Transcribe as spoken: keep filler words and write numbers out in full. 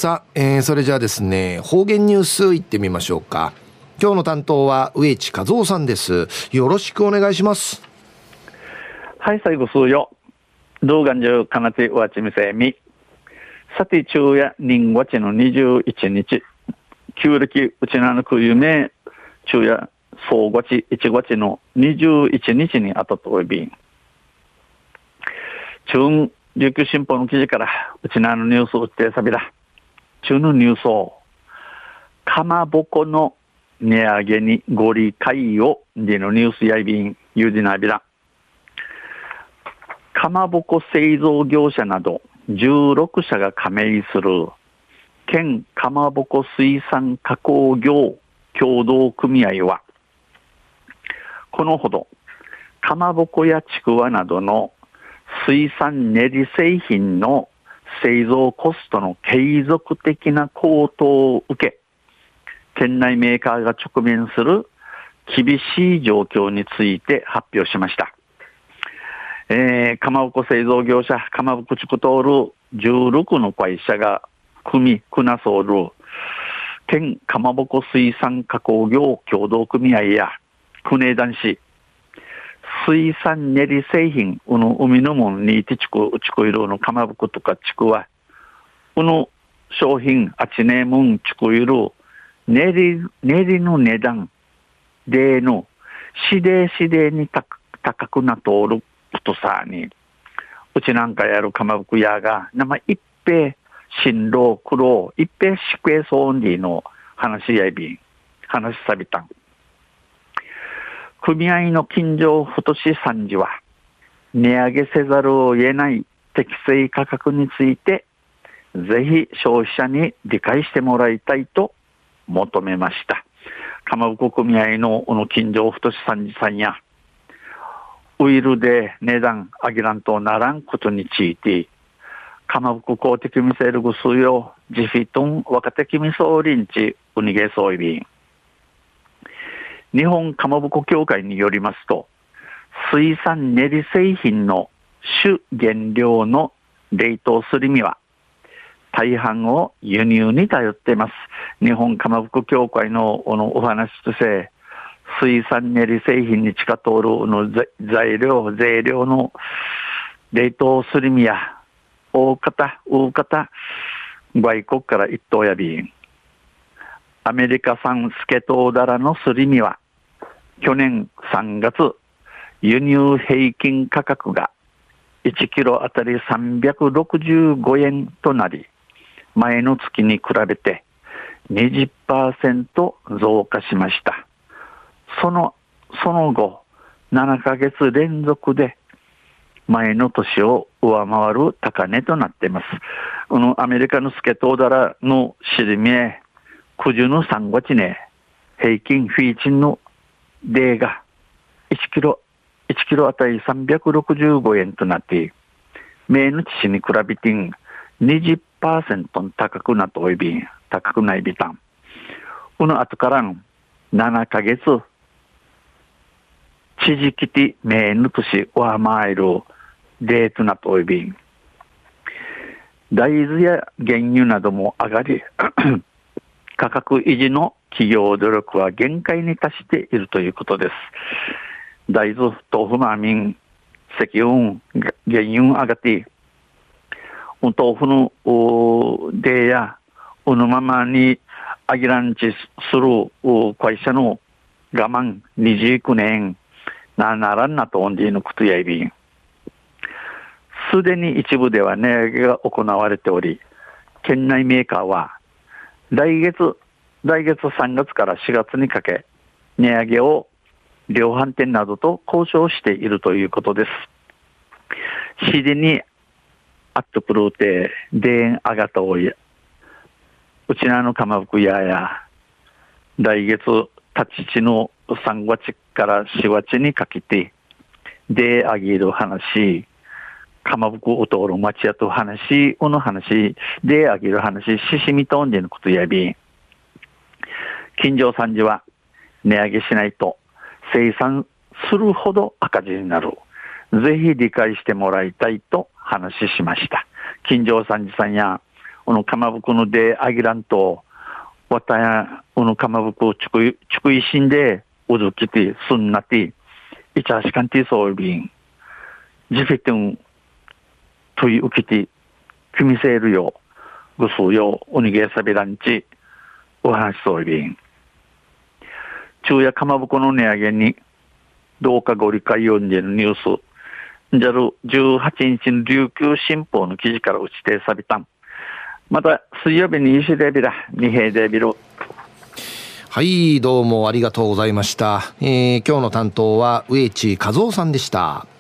さあ、えー、それじゃあですね、方言ニュースいってみましょうか。今日の担当は植地和夫さんです。よろしくお願いします。 はい、最後数よ。動画中かなちわちみせみ。さて昼夜人月のにじゅういちにち。旧暦うちなのくゆめ昼夜総月いちがつのにじゅういちにちにあたとおいびん。中琉球新報の記事からうちなのニュースを打ってさびら。中のニュースをかまぼこの値上げにご理解をでのニュースやいびんゆうじなびら。かまぼこ製造業者などじゅうろくしゃが加盟する県かまぼこ水産加工業協同組合はこのほどかまぼこやちくわなどの水産練り製品の製造コストの継続的な高騰を受け、県内メーカーが直面する厳しい状況について発表しました。えー、かまぼこ製造業者かまぼこちくとおるじゅうろくの会社が組みくなそうる県かまぼこ水産加工業協同組合や国男子水産練り製品うの海のもんにいてちくうちくいるのかまぼことかちくわうの商品あちねむんちくいる練り練りの値段でのしでしでに高くなとおることさにうちなんかやるかまぼこ屋が生一平新郎苦労一平しくえそうにの話やいびん話さびたん組合の近所太し参事は値上げせざるを得ない適正価格についてぜひ消費者に理解してもらいたいと求めました。かまぼこ組合のこの近所太し参事さんやウイルで値段上げらんとならんことについてかまぼこ公的見せるぐすよジフィトン若手きみそうりんちうにげそういびん日本かまぼこ協会によりますと水産練り製品の主原料の冷凍すり身は大半を輸入に頼っています。日本かまぼこ協会のこのお話として水産練り製品に近通るの材料税料の冷凍すり身や大方大方外国から一等やびんアメリカ産スケトウダラのすり身は去年さんがつ輸入平均価格がいちキロあたりさんびゃくろくじゅうごえんとなり前の月に比べて にじゅっパーセント 増加しました。そのその後ななかげつ連続で前の年を上回る高値となっています。このアメリカのスケトウダラのしりみえくじゅのさんがちね平均フィーチンのデーがいちキロいちキロあたりさんびゃくろくじゅうごえんとなって前の年に比べて にじゅっパーセント 高くなっておいびん高くないびたんこの後からのななかげつ地時期て前の年上回るデーとなっておいびん大豆や原油なども上がり価格維持の企業努力は限界に達しているということです。大豆、豆腐、マーミン、石油、原油上がって、豆腐のデーや、このままにあぎらんちする会社の我慢にじゅうきゅうねんなならんなとおんじのことやいびん。すでに一部では値上げが行われており、県内メーカーは来月、来月さんがつからしがつにかけ、値上げを量販店などと交渉しているということです。しでにあっとくるうて、でんあがとおい、うちなのかまぼこ屋や、来月、たちちのさんがつからしがつにかけて、であげる話、かまぼこおとおる町やと話、おの話、であげる話、ししみとんでのことやび、近所さんじは値上げしないと生産するほど赤字になる。ぜひ理解してもらいたいと話しました。近所さんじさんやこのかまぼこのであぎらんと、わたや、このかまぼこをちくい、ちくいしんで、おずきて、すんなて、いちゃしかんてそうびん、じフィテン、というきて、くみせるよ、ぐすうよ、おにげさびらんち、お話しそうびん。昼夜かまぼこの値上げに、どうかご理解をんでるニュース、じゃるじゅうはちにちの琉球新報の記事から打ちてさびたん。また水曜日に石でびら、二平でびる。 はい、どうもありがとうございました。えー、今日の担当は植地和夫さんでした。